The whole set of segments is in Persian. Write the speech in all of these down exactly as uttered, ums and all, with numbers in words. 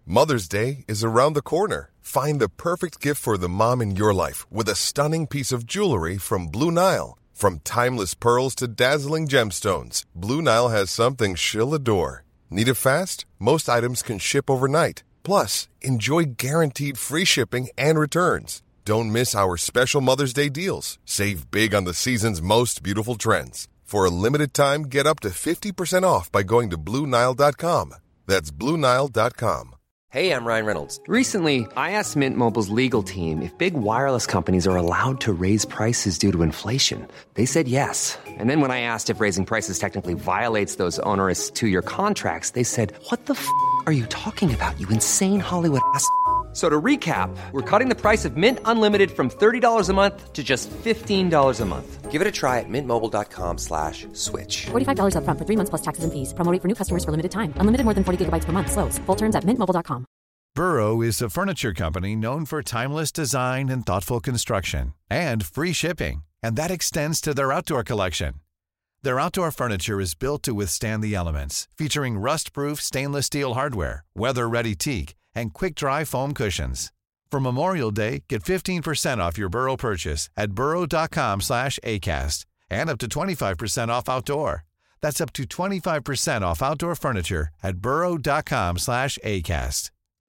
Mother's Day is around the corner. Find the perfect gift for the mom in your life with a stunning piece of jewelry from Blue Nile. From timeless pearls to dazzling gemstones, Blue Nile has something she'll adore. Need it fast? Most items can ship overnight. Plus, enjoy guaranteed free shipping and returns. Don't miss our special Mother's Day deals. Save big on the season's most beautiful trends. For a limited time, get up to fifty percent off by going to Blue Nile dot com. That's Blue Nile dot com. Hey, I'm Ryan Reynolds. Recently, I asked Mint Mobile's legal team if big wireless companies are allowed to raise prices due to inflation. They said yes. And then when I asked if raising prices technically violates those onerous two-year contracts, they said, "What the f*** are you talking about, you insane Hollywood ass?" So to recap, we're cutting the price of Mint Unlimited from thirty dollars a month to just fifteen dollars a month. Give it a try at mintmobile.com slash switch. forty-five dollars up front for three months plus taxes and fees. Promo rate for new customers for limited time. Unlimited more than forty gigabytes per month. Slows full terms at mint mobile dot com. Burrow is a furniture company known for timeless design and thoughtful construction and free shipping. And that extends to their outdoor collection. Their outdoor furniture is built to withstand the elements, featuring rust-proof stainless steel hardware, weather-ready teak, and quick-dry foam cushions. For Memorial Day, get fifteen percent off your Burrow purchase at burrow.com slash ACAST and up to twenty-five percent off outdoor. That's up to twenty-five percent off outdoor furniture at burrow.com slash ACAST.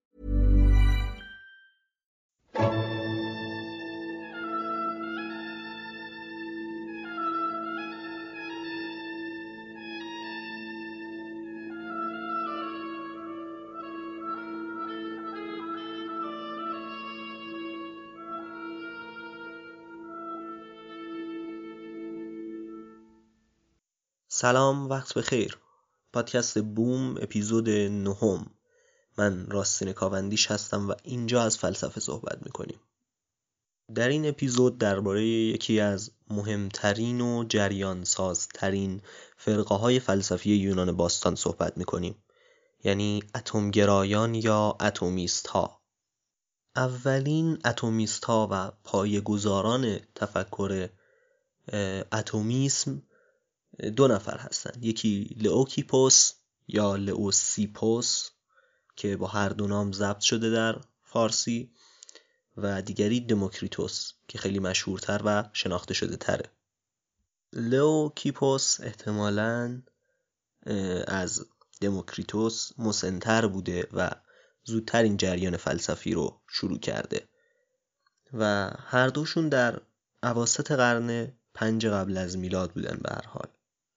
سلام، وقت بخیر. پادکست بوم اپیزود نهم. من راستین کاوندیش هستم و اینجا از فلسفه صحبت میکنیم. در این اپیزود درباره یکی از مهمترین و جریان سازترین فرقه های فلسفی یونان باستان صحبت میکنیم، یعنی اتمگرایان یا اتمیست ها. اولین اتمیست ها و پایه‌گذاران تفکر اتمیسم دو نفر هستند. یکی لئوکیپوس یا لئوسیپوس که با هر دو نام ضبط شده در فارسی و دیگری دموکریتوس که خیلی مشهورتر و شناخته شده تره. لئوکیپوس احتمالاً از دموکریتوس مسن‌تر بوده و زودتر این جریان فلسفی رو شروع کرده و هر دوشون در اواسط قرن پنج قبل از میلاد بودن. به هر حال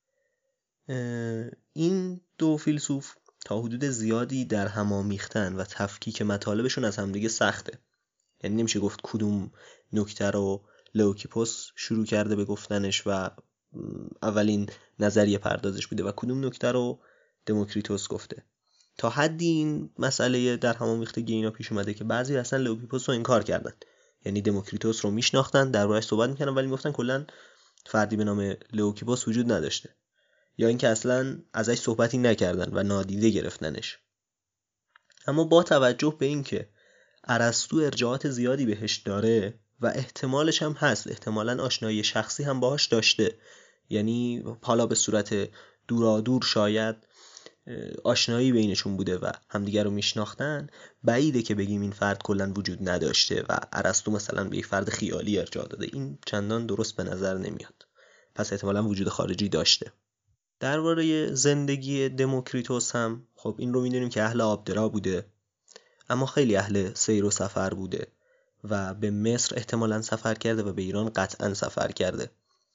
این دو فیلسوف تا حدود زیادی در هم آمیختن و تفکیک مطالبشون از همدیگه سخته. یعنی نمیشه گفت کدوم نکته رو لئوکیپوس شروع کرده به گفتنش و اولین نظریه پردازش بوده و کدوم نکته رو دموکریتوس گفته. تا حدی این مسئله در هم آمیختگی اینا پیش اومده که بعضی اصلا لئوکیپوس رو انکار کردن. یعنی دموکریتوس رو میشناختن، دربارش صحبت میکردن، ولی میگفتن کلا فردی به نام لئوکیپوس وجود نداشته، یا اینکه اصلا ازش صحبتی نکردن و نادیده گرفتنش. اما با توجه به اینکه ارسطو ارجاعات زیادی بهش داره و احتمالش هم هست، احتمالاً آشنایی شخصی هم باهاش داشته، یعنی حالا به صورت دورادور شاید آشنایی بینشون بوده و همدیگر رو میشناختن، بعیده که بگیم این فرد کلا وجود نداشته و ارسطو مثلا به یک فرد خیالی ارجاع داده. این چندان درست به نظر نمیاد. پس احتمالاً وجود خارجی داشته. درباره زندگی دموکریتوس هم خب این رو میدونیم که اهل آبدرا بوده، اما خیلی اهل سیر و سفر بوده و به مصر احتمالاً سفر کرده و به ایران قطعاً سفر کرده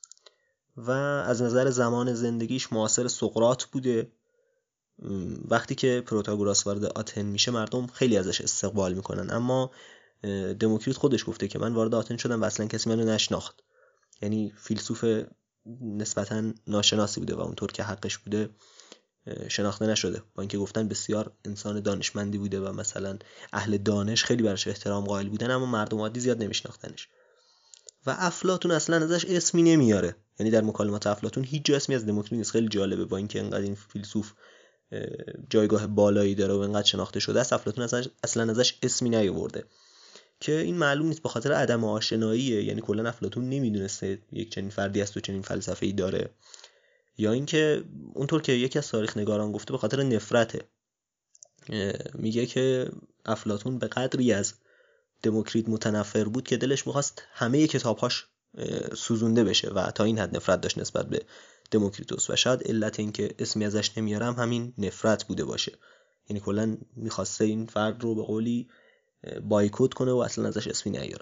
و از نظر زمان زندگیش معاصر سقراط بوده. وقتی که پروتاگوراس وارد آتن میشه مردم خیلی ازش استقبال میکنن، اما دموکریت خودش گفته که من وارد آتن شدم و اصلا کسی منو نشناخت. یعنی فیلسوف نسبتاً ناشناسی بوده و اونطور که حقش بوده شناخته نشده، با اینکه گفتن بسیار انسان دانشمندی بوده و مثلا اهل دانش خیلی براش احترام قائل بودن، اما مردم عادی زیاد نمیشناختنش. و افلاطون اصلا ازش اسمی نمیاره. یعنی در مکالمات افلاطون هیچ جا اسمی از دموکریت نیست. خیلی جالبه، با اینکه انقدر این فیلسوف جایگاه بالایی داره و انقدر شناخته شده است، افلاطون ازش اصلا ازش اسمی نیاورده که این معلوم نیست به خاطر عدم آشناییه. یعنی کلا افلاطون نمیدونسته یک چنین فردی است و چنین فلسفه‌ای داره، یا اینکه اونطور که یکی از تاریخ نگاران گفته به خاطر نفرته. میگه که افلاطون به قدری از دموکریت متنفر بود که دلش میخواست همه کتابهاش سوزونده بشه و تا این حد نفرت داشت نسبت به دموکریتوس و شاید علت این که اسمی ازش نمیارم همین نفرت بوده باشه. یعنی کلا میخواسته این فرد رو به قولی بایکوت کنه و اصلا ازش اسمی نیاره.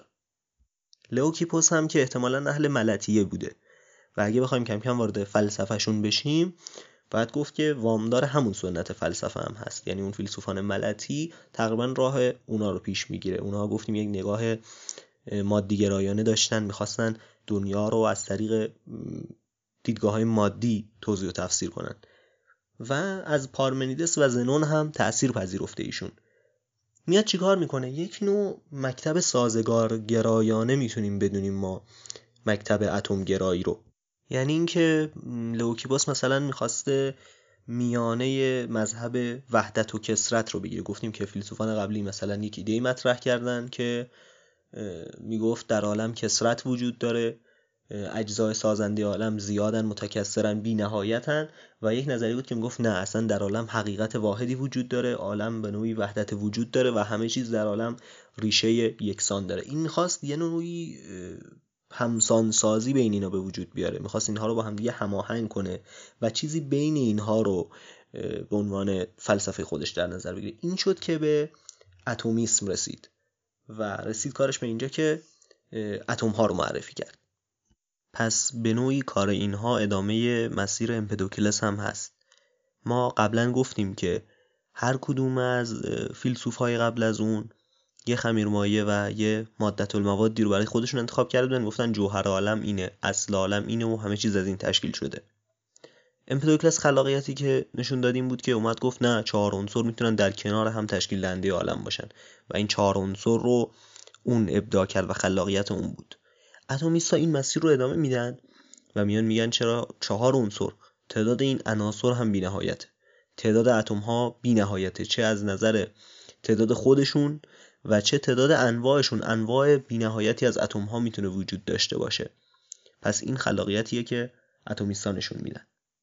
لئوکیپوس هم که احتمالاً اهل ملتیه بوده و اگه بخوایم کم کم وارد فلسفهشون بشیم باید گفت که وامدار همون سنت فلسفه هم هست. یعنی اون فیلسوفان ملتی تقریبا راه اونا رو پیش میگیره. اونا گفتیم یک نگاه مادیگرایانه داشتن، میخواستن دنیا رو از طریق دیدگاه‌های مادی توضیح و تفسیر کنن و از پارمنیدس و زنون هم تأثیر پذیرفته ایشون. میاد چیکار میکنه؟ یک نوع مکتب سازگار گرایانه میتونیم بدونیم ما مکتب اتم گرایی رو. یعنی اینکه لئوکیپوس مثلا میخواسته میانه مذهب وحدت و کثرت رو بگیره. گفتیم که فیلسوفان قبلی مثلا یک ایده مطرح کردن که میگفت در عالم کثرت وجود داره، اجزای سازنده عالم زیادن، متکثرن، بی نهایتن و یک نظریه بود که میگفت نه، اصلا در عالم حقیقت واحدی وجود داره، عالم به نوعی وحدت وجود داره و همه چیز در عالم ریشه یکسان داره. این میخواست یه نوعی همسان سازی بین اینا به وجود بیاره، میخواست اینها رو با هم دیگه هماهنگ کنه و چیزی بین اینها رو به عنوان فلسفه خودش در نظر بگیره. این شد که به اتمیسم رسید و رسید کارش به اینجا که اتم ها رو معرفی کرد. پس به نوعی کار اینها ادامه مسیر امپدوکلس هم هست. ما قبلا گفتیم که هر کدوم از فیلسوف‌های قبل از اون یه خمیرمایه و یه مادة الموادی رو برای خودشون انتخاب کرده بودن، گفتن جوهر عالم اینه، اصل عالم اینه و همه چیز از این تشکیل شده. امپدوکلس خلاقیتی که نشون دادیم بود که اومد گفت نه، چهار عنصر میتونن در کنار هم تشکیل دهنده عالم باشن و این چهار عنصر رو اون ابداع کرد و خلاقیت اون بود. اتمیستا این مسیر رو ادامه میدن و میان میگن چرا چهار عنصر؟ تعداد این عناصر هم بی‌نهایته، تعداد اتم ها بی‌نهایته، چه از نظر تعداد خودشون و چه تعداد انواعشون. انواع بی‌نهایتی از اتم ها میتونه وجود داشته باشه. پس این خلاقیتیه که اتمیستا نشون میدن.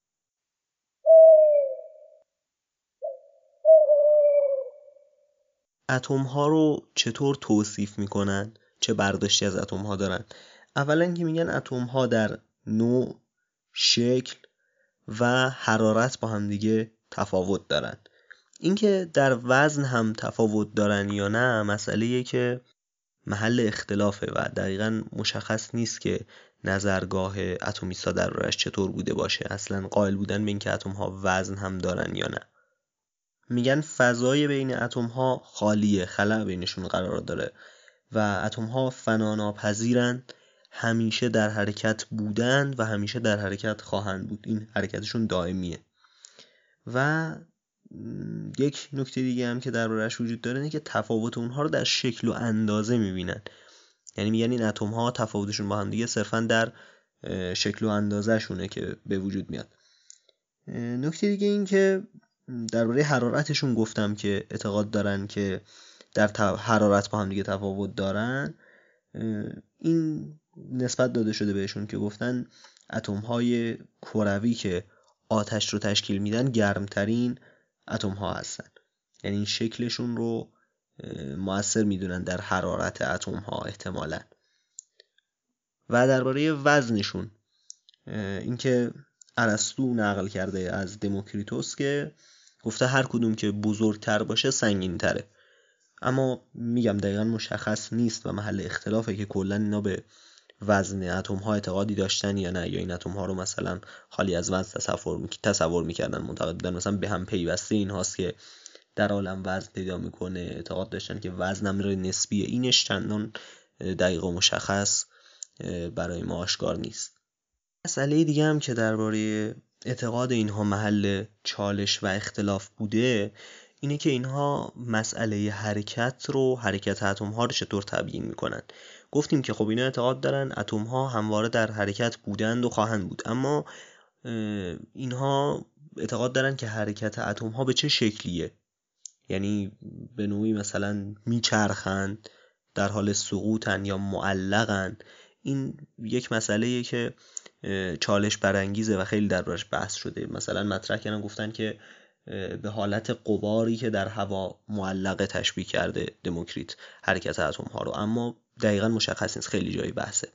اتم ها رو چطور توصیف میکنن؟ چه برداشتی از اتم ها دارن؟ اولا که میگن اتم ها در نوع، شکل و حرارت با هم دیگه تفاوت دارن. اینکه در وزن هم تفاوت دارن یا نه مسئله‌ایه که محل اختلافه و دقیقاً مشخص نیست که نظرگاه اتمیستا در روش چطور بوده باشه. اصلا قائل بودن به اینکه اتم ها وزن هم دارن یا نه. میگن فضای بین اتم ها خالیه، خلا بینشون قرار داره و اتم ها فنا ناپذیرن، همیشه در حرکت بودن و همیشه در حرکت خواهند بود. این حرکتشون دائمیه. و یک نکته دیگه هم که درباره‌اش وجود داره اینه که تفاوت اونها رو در شکل و اندازه میبینن. یعنی میگن این اتم ها تفاوتشون با هم دیگه صرفا در شکل و اندازه شونه که به وجود میاد. نکته دیگه این که درباره حرارتشون گفتم که اعتقاد دارن که در حرارت با هم دیگه تفاوت دارن. این نسبت داده شده بهشون که گفتن اتم های کروی که آتش رو تشکیل میدن گرمترین اتم ها هستن. یعنی این شکلشون رو مؤثر میدونن در حرارت اتم ها احتمالاً. و درباره وزنشون اینکه ارسطو نقل کرده از دموکریتوس که گفته هر کدوم که بزرگتر باشه سنگین تره. اما میگم دقیقاً مشخص نیست و محل اختلافه که کلاً اینا به وزن اتم ها اعتقادی داشتن یا نه، یا این اتم ها رو مثلا خالی از وزن تصور می... تصور میکردن. معتقد بودن مثلا به هم پیوسته این هاست که در عالم وزن پیدا میکنه. اعتقاد داشتن که وزن امر نسبیه. اینش چندان دقیق و مشخص برای ما آشکار نیست. مسئله دیگه هم که درباره اعتقاد اینها محل چالش و اختلاف بوده اینه که اینها مسئله حرکت رو، حرکت اتم ها رو چطور تبیین میکنن. گفتیم که خب اینا اعتقاد دارن اتم ها همواره در حرکت بودند و خواهند بود، اما اینها اعتقاد دارن که حرکت اتم ها به چه شکلیه. یعنی به نوعی مثلا میچرخند، در حال سقوطن یا معلقن. این یک مسئله‌ایه که چالش برانگیزه و خیلی دربارش بحث شده. مثلا مطرح کردن گفتن که به حالت غباری که در هوا معلقه تشبیه کرده دموکریت حرکت اتم ها رو، اما دقیقا مشخص نیست، خیلی جایی بحثه.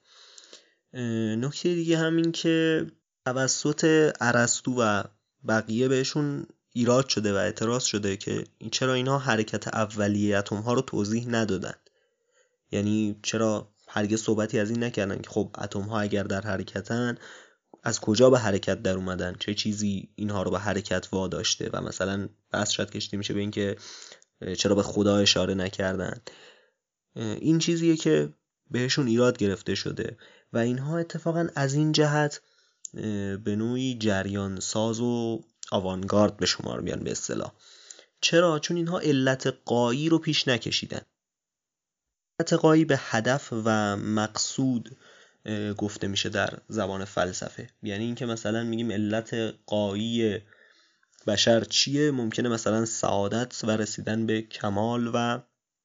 نکته دیگه همین که توسط ارسطو و بقیه بهشون ایراد شده و اعتراض شده که چرا اینها حرکت اولیه اتم ها رو توضیح ندادن، یعنی چرا هرگز صحبتی از این نکردن که خب اتم ها اگر در حرکتن از کجا به حرکت در اومدن، چه چیزی اینها رو به حرکت واداشته، و مثلا بحث شاید کشیده میشه به این که چرا به خدا اشاره نکردن. این چیزیه که بهشون ایراد گرفته شده و اینها اتفاقا از این جهت به نوعی جریان ساز و آوانگارد به شمار میان به اصطلاح. چرا؟ چون اینها علت غایی رو پیش نکشیدن. علت غایی به هدف و مقصود گفته میشه در زبان فلسفه، یعنی اینکه مثلا میگیم علت غایی بشر چیه، ممکنه مثلا سعادت و رسیدن به کمال و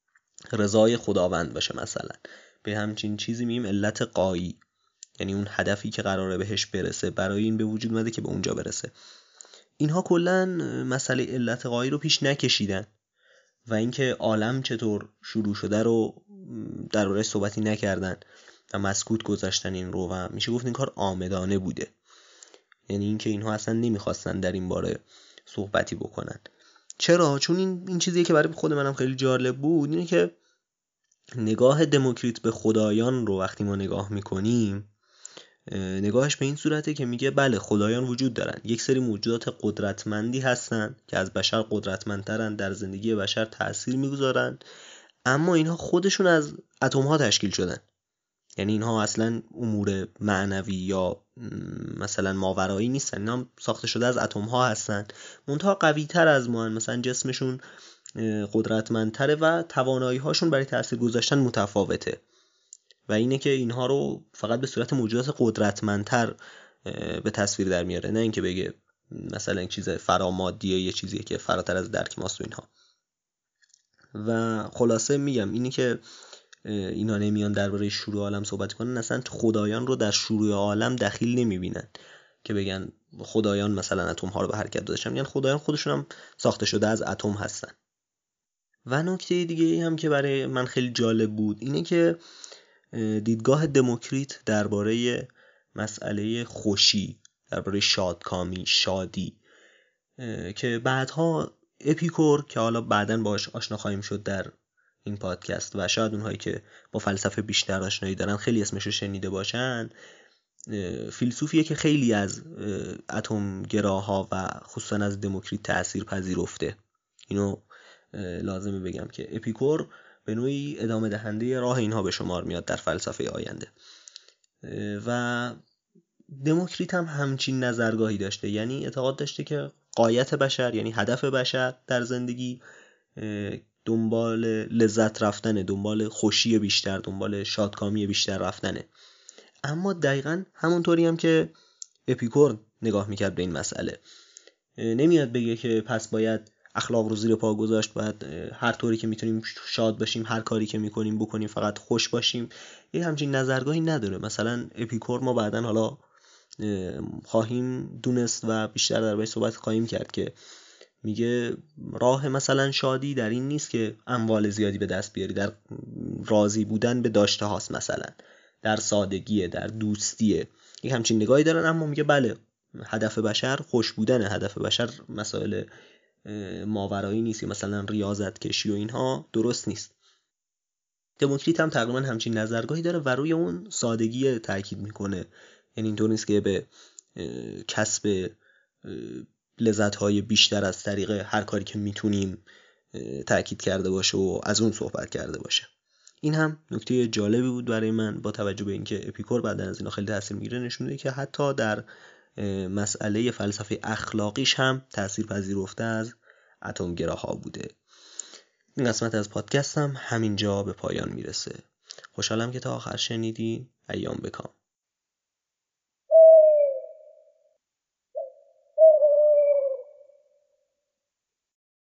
رضای خداوند باشه، مثلا به همچین چیزی میگیم علت غایی، یعنی اون هدفی که قراره بهش برسه برای این به وجود اومده که به اونجا برسه. اینها کلا مسئله علت غایی رو پیش نکشیدن و اینکه عالم چطور شروع شده رو درباره صحبتی نکردن و مسکوت گذاشتن این رو، و میشه گفت این کار عامدانه بوده، یعنی اینکه اینها اصلا نمیخواستن در این باره صحبتی بکنن. چرا؟ چون این این چیزیه که برای خود منم خیلی جالب بود، اینه که نگاه دموکریت به خدایان رو وقتی ما نگاه میکنیم، نگاهش به این صورته که میگه بله خدایان وجود دارن، یک سری موجودات قدرتمندی هستن که از بشر قدرتمندترن، در زندگی بشر تأثیر میگذارن، اما اینها خودشون از اتم ها تشکیل شدن، یعنی اینها اصلا امور معنوی یا مثلا ماورایی نیستن، اینا ساخته شده از اتم ها هستن، منتها قوی تر از ما هن. مثلا جسمشون قدرتمندتره و توانایی هاشون برای تأثیر گذاشتن متفاوته، و اینه که اینها رو فقط به صورت موجودات قدرتمندتر به تصویر در میاره، نه اینکه بگه مثلا این چیز فرامادیه، یه چیزیه که فراتر از درک ماست و اینها. و خلاصه میگم اینی که اینا نمیان درباره شروع عالم صحبت کنن، اصلا خدایان رو در شروع عالم دخیل نمیبینن که بگن خدایان مثلا اتم ها رو به حرکت دادن، میگن خدایان خودشون هم ساخته شده از اتم هستن. و نکته دیگه هم که برای من خیلی جالب بود اینه که دیدگاه دموکریت درباره مسئله خوشی، درباره شادکامی، شادی، که بعدها اپیکور که حالا بعداً باهاش آشنا خواهیم شد در این پادکست و شاید اونهایی که با فلسفه بیشتر آشنایی دارن خیلی اسمش رو شنیده باشن، فیلسوفیه که خیلی از اتم گراها و خصوصا از دموکریت تأثیر پذیرفته. اینو لازمه بگم که اپیکور به نوعی ادامه دهنده راه اینها به شمار میاد در فلسفه آینده. و دموکریت هم همچین نظرگاهی داشته، یعنی اعتقاد داشته که غایت بشر، یعنی هدف بشر در زندگی دنبال لذت رفتنه، دنبال خوشی بیشتر، دنبال شادکامی بیشتر رفتنه. اما دقیقاً همونطوری هم که اپیکور نگاه میکرد به این مسئله، نمیاد بگه که پس باید اخلاق رو زیر پا گذاشت، باید هر طوری که میتونیم شاد باشیم، هر کاری که میکنیم بکنیم فقط خوش باشیم. یه همچین نظرگاهی نداره. مثلا اپیکور ما بعداً حالا خواهیم دونست و بیشتر دربارش صحبت خواهیم کرد که میگه راه مثلا شادی در این نیست که اموال زیادی به دست بیاری، در راضی بودن به داشته هاست، مثلا در سادگیه، در دوستیه. یک همچین نگاهی دارن، اما میگه بله هدف بشر خوش بودنه، هدف بشر مسائل ماورایی نیست، مثلا ریاضت کشی و اینها درست نیست. دموکریت هم تقریبا همچین نظرگاهی داره و روی اون سادگی تاکید میکنه، یعنی اینطور نیست که به کسب لذت‌های بیشتر از طریق هر کاری که میتونیم تاکید کرده باشه و از اون صحبت کرده باشه. این هم نکته جالبی بود برای من، با توجه به اینکه اپیکور بعد از اینا خیلی تاثیر میگیره، نشون میده که حتی در مسئله فلسفه اخلاقیش هم تاثیر پذیرفته از اتم گراها بوده. این قسمت از پادکستم همینجا به پایان میرسه. خوشحالم که تا آخر شنیدین. ایام بکام.